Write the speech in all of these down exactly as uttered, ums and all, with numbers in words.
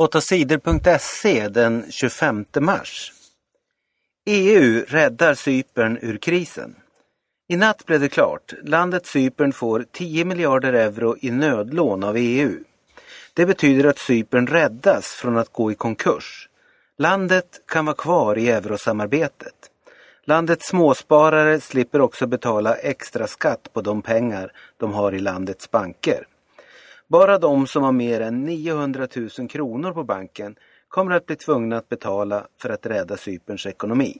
åtta sidor punkt se den tjugofemte mars. E U räddar Cypern ur krisen. I natt blev det klart. Landet Cypern får tio miljarder euro i nödlån av E U. Det betyder att Cypern räddas från att gå i konkurs. Landet kan vara kvar i eurosamarbetet. Landets småsparare slipper också betala extra skatt på de pengar de har i landets banker. Bara de som har mer än niohundratusen kronor på banken kommer att bli tvungna att betala för att rädda Cyperns ekonomi.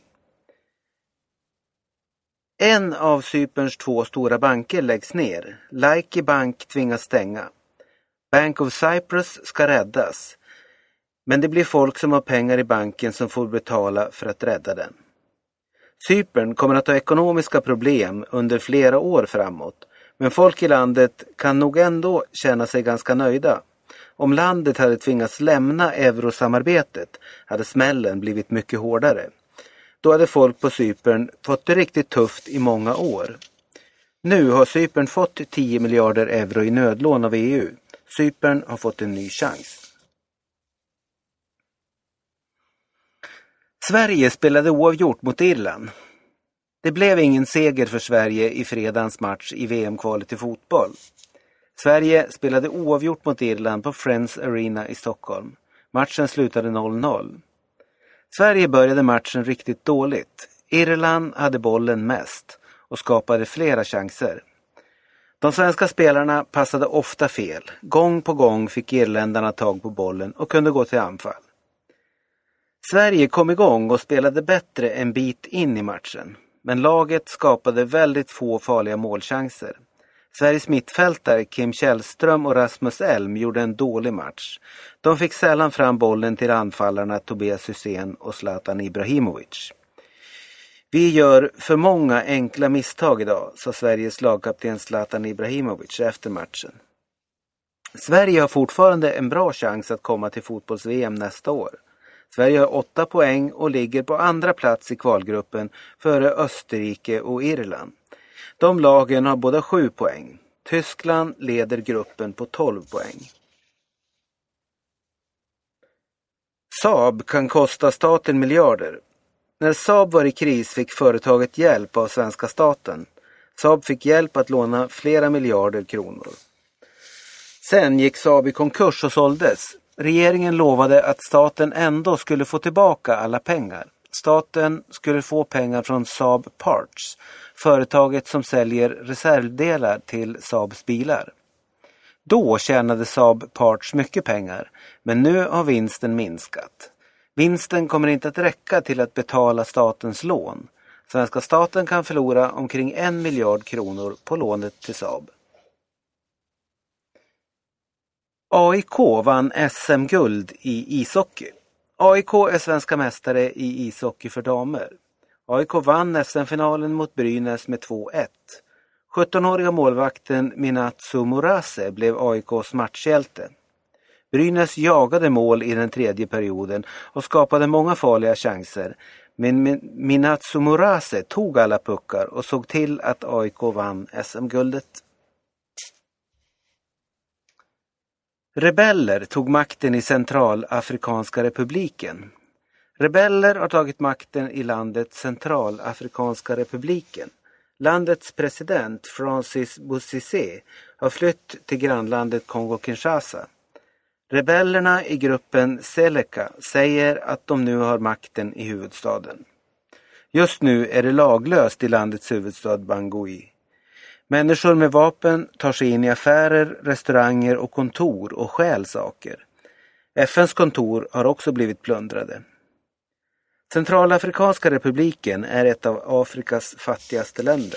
En av Cyperns två stora banker läggs ner. Laiki Bank tvingas stänga. Bank of Cyprus ska räddas. Men det blir folk som har pengar i banken som får betala för att rädda den. Cypern kommer att ha ekonomiska problem under flera år framåt. Men folk i landet kan nog ändå känna sig ganska nöjda. Om landet hade tvingats lämna eurosamarbetet hade smällen blivit mycket hårdare. Då hade folk på Cypern fått det riktigt tufft i många år. Nu har Cypern fått tio miljarder euro i nödlån av E U. Cypern har fått en ny chans. Sverige spelade oavgjort mot Irland. Det blev ingen seger för Sverige i fredagens match i V M-kvalet i fotboll. Sverige spelade oavgjort mot Irland på Friends Arena i Stockholm. Matchen slutade noll noll. Sverige började matchen riktigt dåligt. Irland hade bollen mest och skapade flera chanser. De svenska spelarna passade ofta fel. Gång på gång fick irländarna tag på bollen och kunde gå till anfall. Sverige kom igång och spelade bättre en bit in i matchen. Men laget skapade väldigt få farliga målchanser. Sveriges mittfältare Kim Källström och Rasmus Elm gjorde en dålig match. De fick sällan fram bollen till anfallarna Tobias Hysén och Zlatan Ibrahimovic. Vi gör för många enkla misstag idag, sa Sveriges lagkapten Zlatan Ibrahimovic efter matchen. Sverige har fortfarande en bra chans att komma till fotbolls-V M nästa år. Sverige har åtta poäng och ligger på andra plats i kvalgruppen före Österrike och Irland. De lagen har båda sju poäng. Tyskland leder gruppen på tolv poäng. Saab kan kosta staten miljarder. När Saab var i kris fick företaget hjälp av svenska staten. Saab fick hjälp att låna flera miljarder kronor. Sen gick Saab i konkurs och såldes. Regeringen lovade att staten ändå skulle få tillbaka alla pengar. Staten skulle få pengar från Saab Parts, företaget som säljer reservdelar till Saabs bilar. Då tjänade Saab Parts mycket pengar, men nu har vinsten minskat. Vinsten kommer inte att räcka till att betala statens lån. Svenska staten kan förlora omkring en miljard kronor på lånet till Saab. A I K vann S M-guld i ishockey. A I K är svenska mästare i ishockey för damer. A I K vann S M-finalen mot Brynäs med två ett. sjuttonåriga målvakten Minato Murase blev A I K:s matchhjälte. Brynäs jagade mål i den tredje perioden och skapade många farliga chanser. Men Minato Murase tog alla puckar och såg till att A I K vann S M-guldet. Rebeller tog makten i Centralafrikanska republiken. Rebeller har tagit makten i landet Centralafrikanska republiken. Landets president Francis Bozizé har flytt till grannlandet Kongo-Kinshasa. Rebellerna i gruppen Seleka säger att de nu har makten i huvudstaden. Just nu är det laglöst i landets huvudstad Bangui. Människor med vapen tar sig in i affärer, restauranger och kontor och stjäl saker. F N:s kontor har också blivit plundrade. Centralafrikanska republiken är ett av Afrikas fattigaste länder.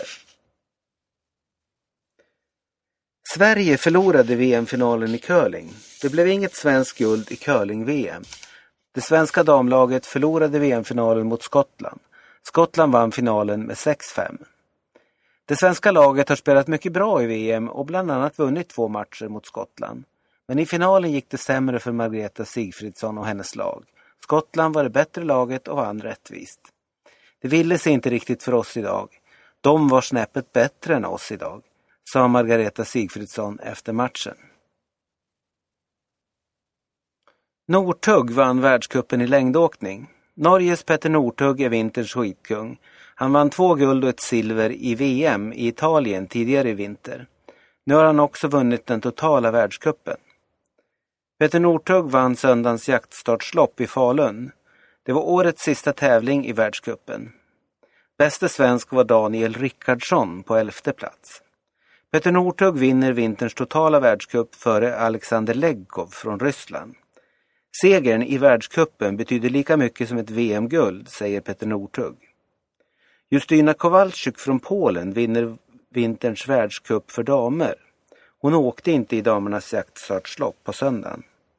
Sverige förlorade V M-finalen i curling. Det blev inget svenskt guld i curling-V M. Det svenska damlaget förlorade V M-finalen mot Skottland. Skottland vann finalen med sex fem. Det svenska laget har spelat mycket bra i V M och bland annat vunnit två matcher mot Skottland. Men i finalen gick det sämre för Margareta Sigfridsson och hennes lag. Skottland var det bättre laget och vann rättvist. Det ville sig inte riktigt för oss idag. De var snäppet bättre än oss idag, sa Margareta Sigfridsson efter matchen. Northug vann världscupen i längdåkning. Norges Petter Northug är vinterns skitkung. Han vann två guld och ett silver i V M i Italien tidigare i vinter. Nu har han också vunnit den totala världscupen. Petter Northug vann söndagens jaktstartslopp i Falun. Det var årets sista tävling i världscupen. Bäste svensk var Daniel Rickardsson på elfte plats. Petter Northug vinner vinterns totala världscup före Alexander Legkov från Ryssland. Segern i världscupen betyder lika mycket som ett V M-guld, säger Petter Northug. Justyna Kowalczyk från Polen vinner vinterns världscup för damer. Hon åkte inte i damernas jaktstartslopp på söndagen.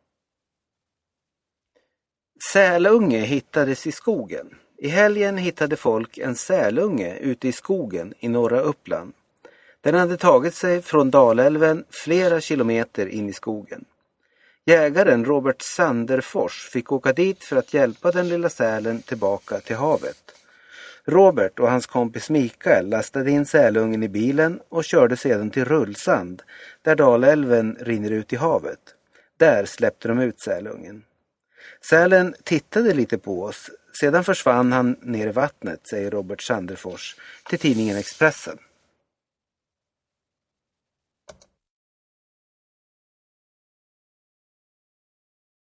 Sälunge hittades i skogen. I helgen hittade folk en sälunge ute i skogen i norra Uppland. Den hade tagit sig från Dalälven flera kilometer in i skogen. Jägaren Robert Sanderfors fick åka dit för att hjälpa den lilla sälen tillbaka till havet. Robert och hans kompis Mikael lastade in sälungen i bilen och körde sedan till Rullsand, där Dalälven rinner ut i havet. Där släppte de ut sälungen. Sälen tittade lite på oss, sedan försvann han ner i vattnet, säger Robert Sanderfors till tidningen Expressen.